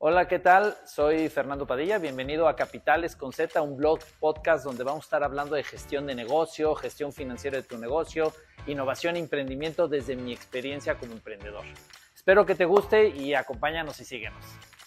Hola, ¿qué tal? Soy Fernando Padilla, bienvenido a Capitales con Z, un blog podcast donde vamos a estar hablando de gestión de negocio, gestión financiera de tu negocio, innovación e emprendimiento desde mi experiencia como emprendedor. Espero que te guste y acompáñanos y síguenos.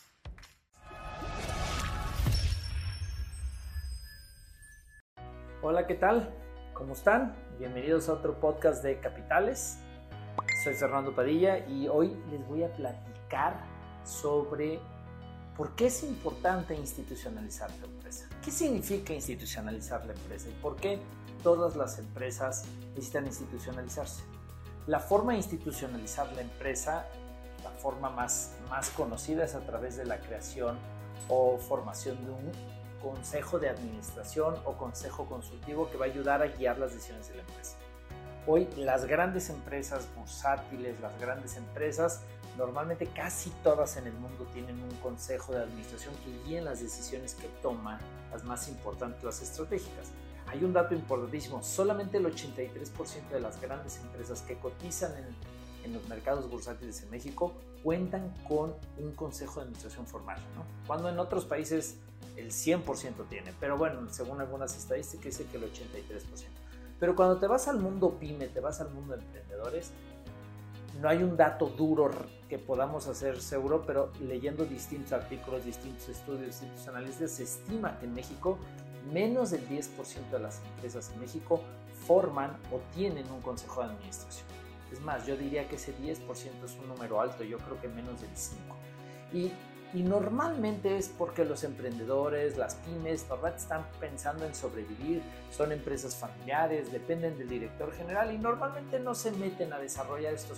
Hola, ¿qué tal? ¿Cómo están? Bienvenidos a otro podcast de Capitales. Soy Fernando Padilla y hoy les voy a platicar sobre ¿por qué es importante institucionalizar la empresa? ¿Qué significa institucionalizar la empresa? ¿Y por qué todas las empresas necesitan institucionalizarse? La forma de institucionalizar la empresa, la forma más conocida es a través de la creación o formación de un consejo de administración o consejo consultivo que va a ayudar a guiar las decisiones de la empresa. Hoy las grandes empresas bursátiles, las grandes empresas, normalmente casi todas en el mundo tienen un consejo de administración que guíen las decisiones que toman, las más importantes, las estratégicas. Hay un dato importantísimo, solamente el 83% de las grandes empresas que cotizan en los mercados bursátiles en México cuentan con un consejo de administración formal, ¿no? Cuando en otros países el 100% tiene, pero bueno, según algunas estadísticas dice que el 83%. Pero cuando te vas al mundo pyme, te vas al mundo de emprendedores, no hay un dato duro que podamos hacer seguro, pero leyendo distintos artículos, distintos estudios, distintos análisis, se estima que en México menos del 10% de las empresas en México forman o tienen un consejo de administración. Es más, yo diría que ese 10% es un número alto, yo creo que menos del 5%. Y normalmente es porque los emprendedores, las pymes, normalmente están pensando en sobrevivir, son empresas familiares, dependen del director general y normalmente no se meten a desarrollar estos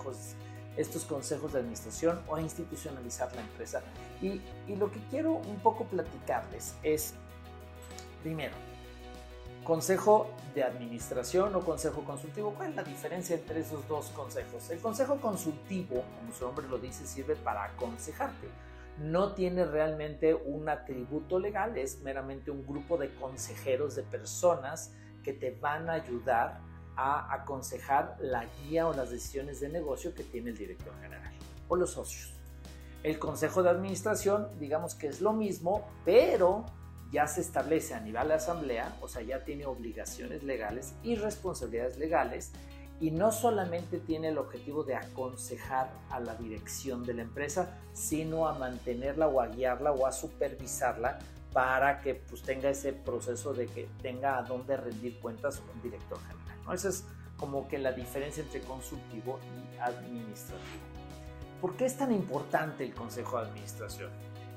consejos de administración o a institucionalizar la empresa. Y lo que quiero un poco platicarles es, primero, consejo de administración o consejo consultivo. ¿Cuál es la diferencia entre esos dos consejos? El consejo consultivo, como su nombre lo dice, sirve para aconsejarte. No tiene realmente un atributo legal, es meramente un grupo de consejeros, de personas que te van a ayudar a aconsejar la guía o las decisiones de negocio que tiene el director general o los socios. El consejo de administración, digamos que es lo mismo, pero ya se establece a nivel de asamblea, o sea, ya tiene obligaciones legales y responsabilidades legales, y no solamente tiene el objetivo de aconsejar a la dirección de la empresa, sino a mantenerla o a guiarla o a supervisarla para que pues, tenga ese proceso de que tenga a dónde rendir cuentas un director general, ¿no? Esa es como que la diferencia entre consultivo y administrativo. ¿Por qué es tan importante el consejo de administración?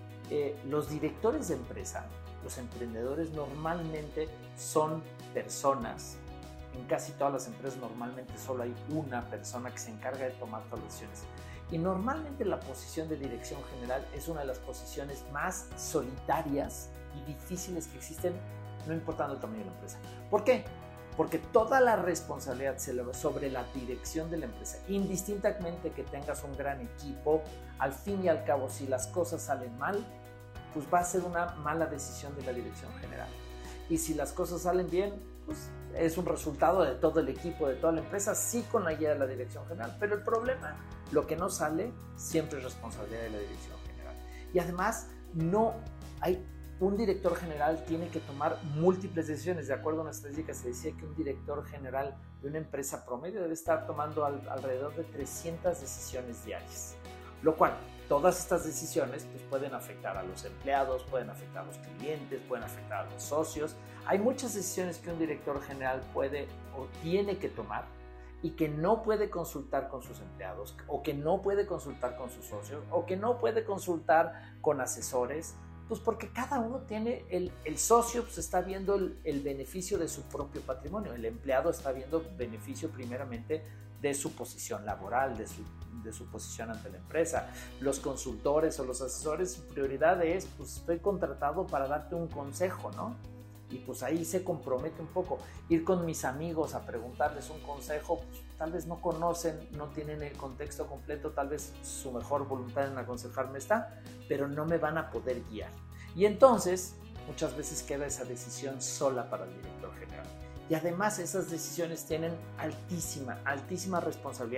Los directores de empresa, los emprendedores normalmente son personas. En casi todas las empresas normalmente solo hay una persona que se encarga de tomar todas las decisiones. Y normalmente la posición de dirección general es una de las posiciones más solitarias y difíciles que existen, no importando el tamaño de la empresa. ¿Por qué? Porque toda la responsabilidad sobre la dirección de la empresa, indistintamente que tengas un gran equipo, al fin y al cabo, si las cosas salen mal, pues va a ser una mala decisión de la dirección general. Y si las cosas salen bien, pues es un resultado de todo el equipo, de toda la empresa, sí con la guía de la dirección general, pero el problema, lo que no sale, siempre es responsabilidad de la dirección general. Y además, no hay un director general tiene que tomar múltiples decisiones. De acuerdo a una estadística, se decía que un director general de una empresa promedio debe estar tomando alrededor de 300 decisiones diarias, lo cual todas estas decisiones pues, pueden afectar a los empleados, pueden afectar a los clientes, pueden afectar a los socios. Hay muchas decisiones que un director general puede o tiene que tomar y que no puede consultar con sus empleados, o que no puede consultar con sus socios, o que no puede consultar con asesores, pues porque cada uno tiene, el socio pues está viendo el beneficio de su propio patrimonio, el empleado está viendo beneficio primeramente de su posición laboral, de su posición ante la empresa. Los consultores o los asesores, su prioridad es, pues estoy contratado para darte un consejo, ¿no? Y pues ahí se compromete un poco. Ir con mis amigos a preguntarles un consejo, pues tal vez no conocen, no tienen el contexto completo, tal vez su mejor voluntad en aconsejarme está, pero no me van a poder guiar. Y entonces, muchas veces queda esa decisión sola para el director general. Y además esas decisiones tienen altísima responsabilidad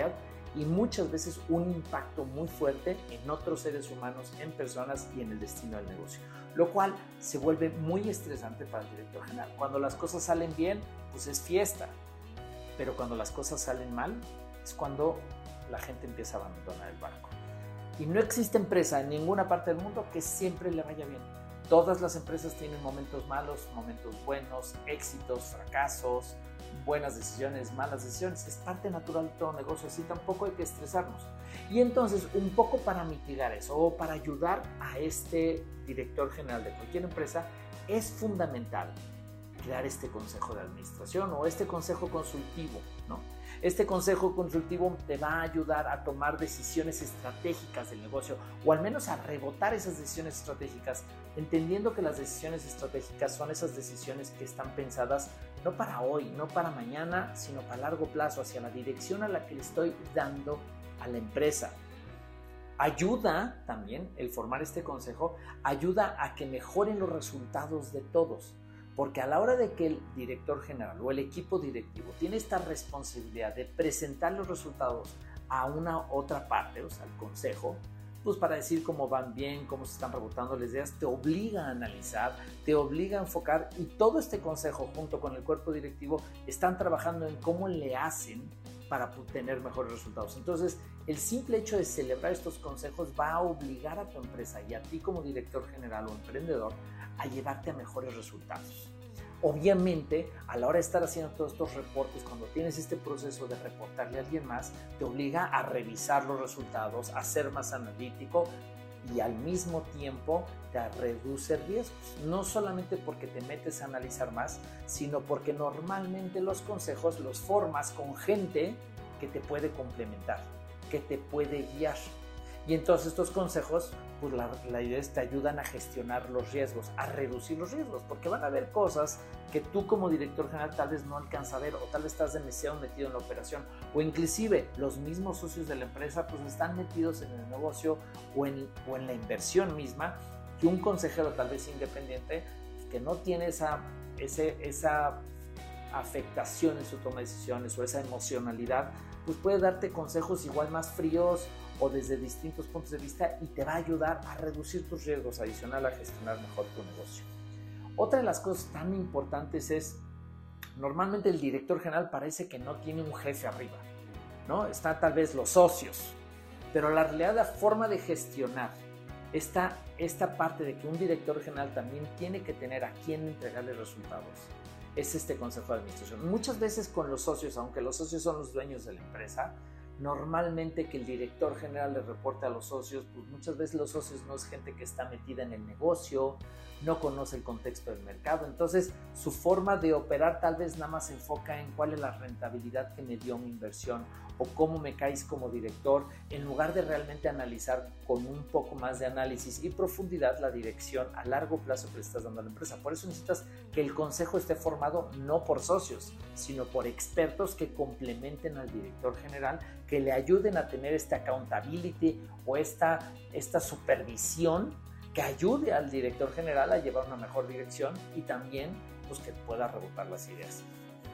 y muchas veces un impacto muy fuerte en otros seres humanos, en personas y en el destino del negocio, lo cual se vuelve muy estresante para el director general. Cuando las cosas salen bien, pues es fiesta, pero cuando las cosas salen mal es cuando la gente empieza a abandonar el barco. Y no existe empresa en ninguna parte del mundo que siempre le vaya bien. Todas las empresas tienen momentos malos, momentos buenos, éxitos, fracasos, buenas decisiones, malas decisiones. Es parte natural de todo negocio, así tampoco hay que estresarnos. Y entonces, un poco para mitigar eso o para ayudar a este director general de cualquier empresa, es fundamental crear este consejo de administración o este consejo consultivo, ¿no? Este consejo consultivo te va a ayudar a tomar decisiones estratégicas del negocio o al menos a rebotar esas decisiones estratégicas, entendiendo que las decisiones estratégicas son esas decisiones que están pensadas no para hoy, no para mañana, sino para largo plazo, hacia la dirección a la que le estoy dando a la empresa. Ayuda también, el formar este consejo, ayuda a que mejoren los resultados de todos. Porque a la hora de que el director general o el equipo directivo tiene esta responsabilidad de presentar los resultados a una otra parte, o sea, al consejo, pues para decir cómo van bien, cómo se están rebotando las ideas, te obliga a analizar, te obliga a enfocar, y todo este consejo junto con el cuerpo directivo están trabajando en cómo le hacen para tener mejores resultados. Entonces, el simple hecho de celebrar estos consejos va a obligar a tu empresa y a ti como director general o emprendedor a llevarte a mejores resultados. Obviamente, a la hora de estar haciendo todos estos reportes, cuando tienes este proceso de reportarle a alguien más, te obliga a revisar los resultados, a ser más analítico y al mismo tiempo te reduce riesgos. No solamente porque te metes a analizar más, sino porque normalmente los consejos los formas con gente que te puede complementar, que te puede guiar. Y entonces estos consejos, pues la idea es que te ayudan a gestionar los riesgos, a reducir los riesgos, porque van a haber cosas que tú como director general tal vez no alcanzas a ver, o tal vez estás demasiado metido en la operación, o inclusive los mismos socios de la empresa pues están metidos en el negocio o en la inversión misma, que un consejero tal vez independiente, que no tiene esa afectación en su toma de decisiones o esa emocionalidad, pues puede darte consejos igual más fríos o desde distintos puntos de vista y te va a ayudar a reducir tus riesgos, adicional a gestionar mejor tu negocio. Otra de las cosas tan importantes es, normalmente el director general parece que no tiene un jefe arriba, ¿no? Están tal vez los socios, pero la realidad, la forma de gestionar esta parte de que un director general también tiene que tener a quien entregarle resultados, es este consejo de administración. Muchas veces con los socios, aunque los socios son los dueños de la empresa, normalmente que el director general le reporte a los socios, pues muchas veces los socios no es gente que está metida en el negocio, no conoce el contexto del mercado, entonces su forma de operar tal vez nada más se enfoca en cuál es la rentabilidad que me dio mi inversión o cómo me caes como director, en lugar de realmente analizar con un poco más de análisis y profundidad la dirección a largo plazo que le estás dando a la empresa. Por eso necesitas que el consejo esté formado no por socios, sino por expertos que complementen al director general, que le ayuden a tener esta accountability o esta supervisión que ayude al director general a llevar una mejor dirección y también pues, que pueda rebotar las ideas.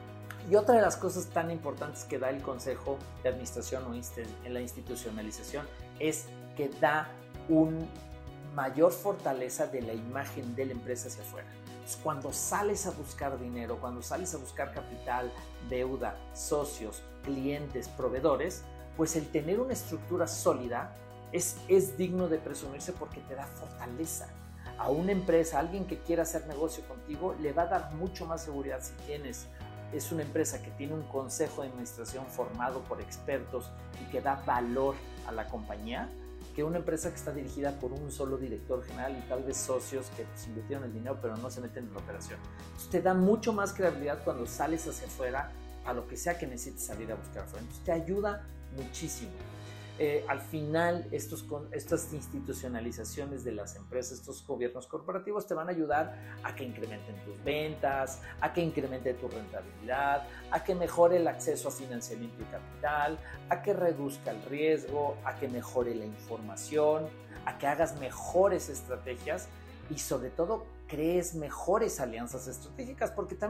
Y otra de las cosas tan importantes que da el consejo de administración o en la institucionalización es que da una mayor fortaleza de la imagen de la empresa hacia afuera. Entonces, cuando sales a buscar dinero, cuando sales a buscar capital, deuda, socios, clientes, proveedores, pues el tener una estructura sólida es digno de presumirse porque te da fortaleza. A una empresa, a alguien que quiera hacer negocio contigo, le va a dar mucho más seguridad si es una empresa que tiene un consejo de administración formado por expertos y que da valor a la compañía, que una empresa que está dirigida por un solo director general y tal vez socios que pues, invirtieron el dinero pero no se meten en la operación. Entonces, te da mucho más credibilidad cuando sales hacia afuera a lo que sea que necesites salir a buscar afuera. Entonces, te ayuda muchísimo. Al final, estas institucionalizaciones de las empresas, estos gobiernos corporativos te van a ayudar a que incrementen tus ventas, a que incremente tu rentabilidad, a que mejore el acceso a financiamiento y capital, a que reduzca el riesgo, a que mejore la información, a que hagas mejores estrategias y sobre todo crees mejores alianzas estratégicas, porque también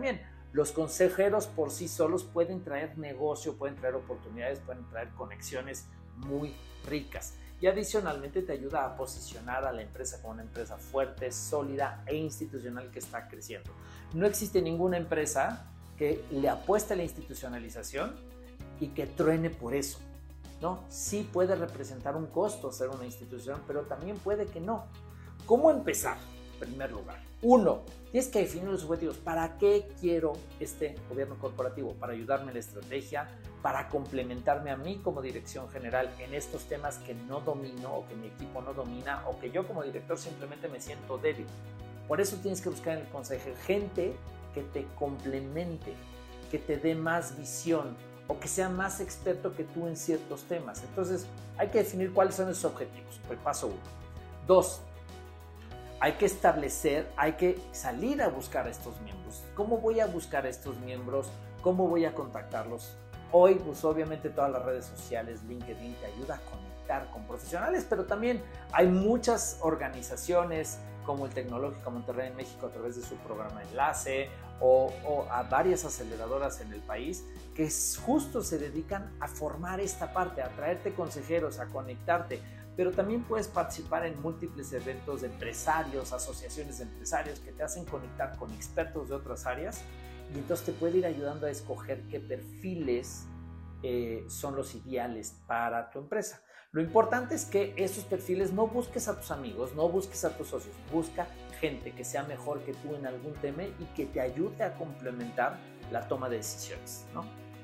Los consejeros por sí solos pueden traer negocio, pueden traer oportunidades, pueden traer conexiones muy ricas. Y adicionalmente te ayuda a posicionar a la empresa como una empresa fuerte, sólida e institucional que está creciendo. No existe ninguna empresa que le apueste a la institucionalización y que truene por eso, ¿no? Sí puede representar un costo ser una institución, pero también puede que no. ¿Cómo empezar? En primer lugar, uno, tienes que definir los objetivos. ¿Para qué quiero este gobierno corporativo? Para ayudarme en la estrategia, para complementarme a mí como dirección general en estos temas que no domino o que mi equipo no domina o que yo como director simplemente me siento débil. Por eso tienes que buscar en el consejo gente que te complemente, que te dé más visión o que sea más experto que tú en ciertos temas. Entonces hay que definir cuáles son esos objetivos. El paso 1. 2. Hay que establecer, hay que salir a buscar a estos miembros. ¿Cómo voy a buscar a estos miembros? ¿Cómo voy a contactarlos? Hoy, pues obviamente todas las redes sociales, LinkedIn te ayuda a conectar con profesionales, pero también hay muchas organizaciones como el Tecnológico Monterrey en México a través de su programa Enlace o a varias aceleradoras en el país que justo se dedican a formar esta parte, a traerte consejeros, a conectarte. Pero también puedes participar en múltiples eventos de empresarios, asociaciones de empresarios que te hacen conectar con expertos de otras áreas y entonces te puede ir ayudando a escoger qué perfiles son los ideales para tu empresa. Lo importante es que esos perfiles no busques a tus amigos, no busques a tus socios, busca gente que sea mejor que tú en algún tema y que te ayude a complementar la toma de decisiones, ¿no?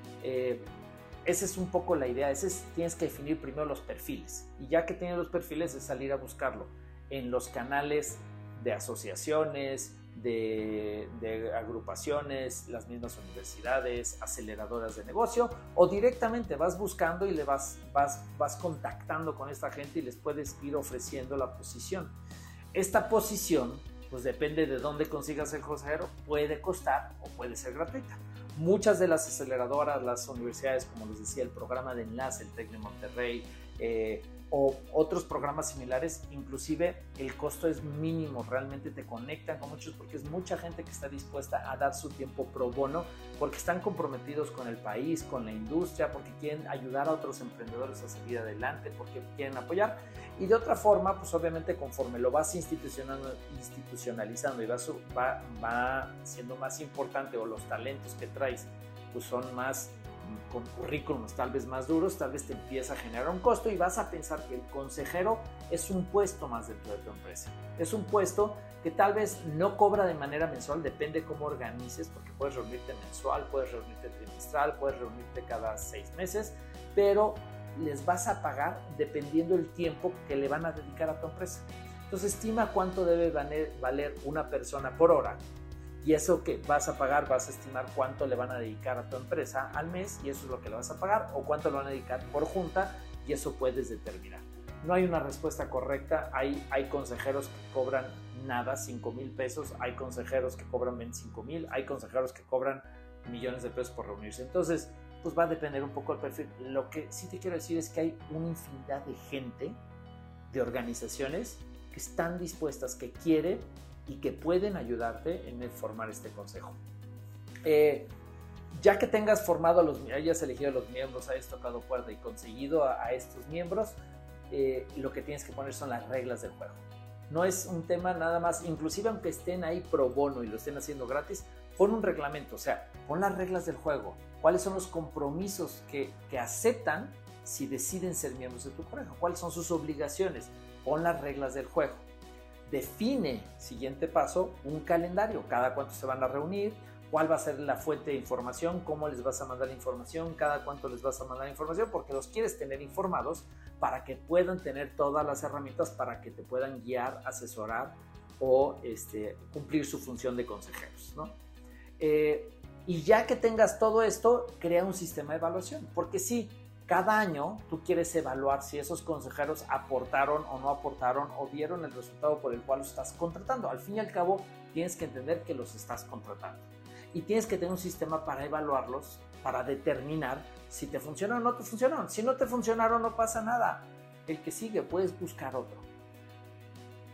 Esa es un poco la idea, tienes que definir primero los perfiles y ya que tienes los perfiles es salir a buscarlo en los canales de asociaciones, de agrupaciones, las mismas universidades, aceleradoras de negocio o directamente vas buscando y le vas contactando con esta gente y les puedes ir ofreciendo la posición. Esta posición, pues depende de dónde consigas el consejero, puede costar o puede ser gratuita. Muchas de las aceleradoras, las universidades, como les decía, el programa de Enlace, el TEC de Monterrey o otros programas similares, inclusive el costo es mínimo, realmente te conectan con muchos porque es mucha gente que está dispuesta a dar su tiempo pro bono porque están comprometidos con el país, con la industria, porque quieren ayudar a otros emprendedores a salir adelante, porque quieren apoyar y de otra forma, pues obviamente conforme lo vas institucionalizando y va siendo más importante o los talentos que traes pues son más con currículums tal vez más duros, tal vez te empieza a generar un costo y vas a pensar que el consejero es un puesto más dentro de tu empresa. Es un puesto que tal vez no cobra de manera mensual, depende cómo organices, porque puedes reunirte mensual, puedes reunirte trimestral, puedes reunirte cada 6 meses, pero les vas a pagar dependiendo del tiempo que le van a dedicar a tu empresa. Entonces estima cuánto debe valer una persona por hora. Y eso que vas a pagar, vas a estimar cuánto le van a dedicar a tu empresa al mes y eso es lo que le vas a pagar o cuánto le van a dedicar por junta y eso puedes determinar. No hay una respuesta correcta, hay consejeros que cobran nada, 5,000 pesos, hay consejeros que cobran 25,000, hay consejeros que cobran millones de pesos por reunirse. Entonces, pues va a depender un poco del perfil. Lo que sí te quiero decir es que hay una infinidad de gente, de organizaciones que están dispuestas, que quieren y que pueden ayudarte en formar este consejo. Ya que tengas formado hayas elegido a los miembros, hayas tocado puerta y conseguido a estos miembros, lo que tienes que poner son las reglas del juego. No es un tema nada más, inclusive aunque estén ahí pro bono y lo estén haciendo gratis, pon un reglamento, o sea, pon las reglas del juego. ¿Cuáles son los compromisos que aceptan si deciden ser miembros de tu consejo? ¿Cuáles son sus obligaciones? Pon las reglas del juego. Define, siguiente paso, un calendario, cada cuánto se van a reunir, cuál va a ser la fuente de información, cómo les vas a mandar la información, cada cuánto les vas a mandar la información, porque los quieres tener informados para que puedan tener todas las herramientas para que te puedan guiar, asesorar o cumplir su función de consejeros, ¿no? Y ya que tengas todo esto, crea un sistema de evaluación, porque sí, cada año tú quieres evaluar si esos consejeros aportaron o no aportaron o dieron el resultado por el cual los estás contratando. Al fin y al cabo, tienes que entender que los estás contratando. Y tienes que tener un sistema para evaluarlos, para determinar si te funcionaron o no te funcionaron. Si no te funcionaron, no pasa nada. El que sigue, puedes buscar otro.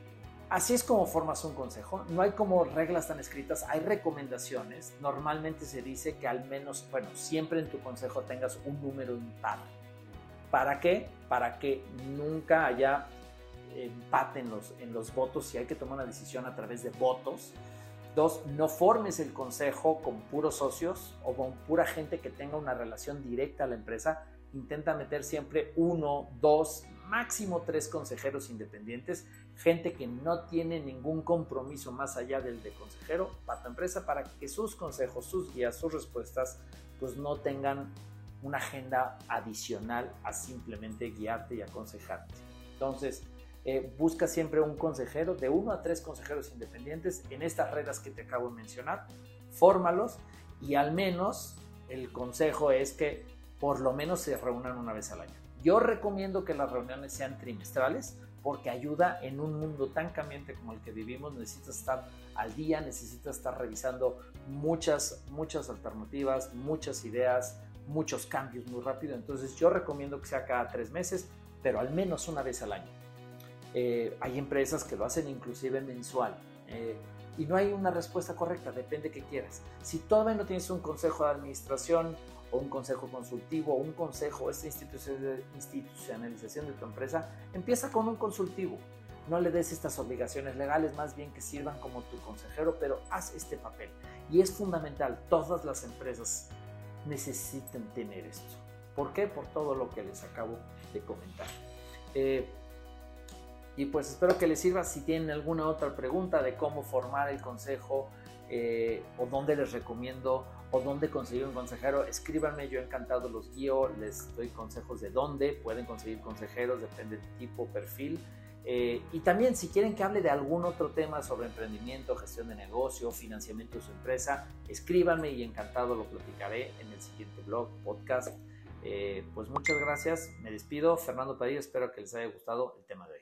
Así es como formas un consejo. No hay como reglas tan escritas, hay recomendaciones. Normalmente se dice que al menos, siempre en tu consejo tengas un número impar. ¿Para qué? Para que nunca haya empate en los votos, si hay que tomar una decisión a través de votos. 2, no formes el consejo con puros socios o con pura gente que tenga una relación directa a la empresa. Intenta meter siempre 1, 2, máximo 3 consejeros independientes, gente que no tiene ningún compromiso más allá del de consejero para tu empresa, para que sus consejos, sus guías, sus respuestas, pues no tengan una agenda adicional a simplemente guiarte y aconsejarte. Entonces, busca siempre un consejero, de 1 a 3 consejeros independientes en estas reglas que te acabo de mencionar, fórmalos y al menos el consejo es que por lo menos se reúnan una vez al año. Yo recomiendo que las reuniones sean trimestrales porque ayuda en un mundo tan cambiante como el que vivimos. Necesitas estar al día, necesitas estar revisando muchas alternativas, muchas ideas, muchos cambios muy rápido. Entonces yo recomiendo que sea cada 3 meses, pero al menos una vez al año. Hay empresas que lo hacen inclusive mensual y no hay una respuesta correcta, depende qué quieras. Si todavía no tienes un consejo de administración o un consejo consultivo o un consejo, esta institucionalización de tu empresa, empieza con un consultivo. No le des estas obligaciones legales, más bien que sirvan como tu consejero, pero haz este papel. Y es fundamental, todas las empresas necesitan tener esto. ¿Por qué? Por todo lo que les acabo de comentar. Y pues espero que les sirva. Si tienen alguna otra pregunta de cómo formar el consejo o dónde les recomiendo o dónde conseguir un consejero, escríbanme, yo encantado los guío, les doy consejos de dónde pueden conseguir consejeros, depende del tipo, perfil. Y también si quieren que hable de algún otro tema sobre emprendimiento, gestión de negocio, financiamiento de su empresa, escríbanme y encantado lo platicaré en el siguiente blog, podcast. Pues muchas gracias, me despido, Fernando Padilla, espero que les haya gustado el tema de hoy.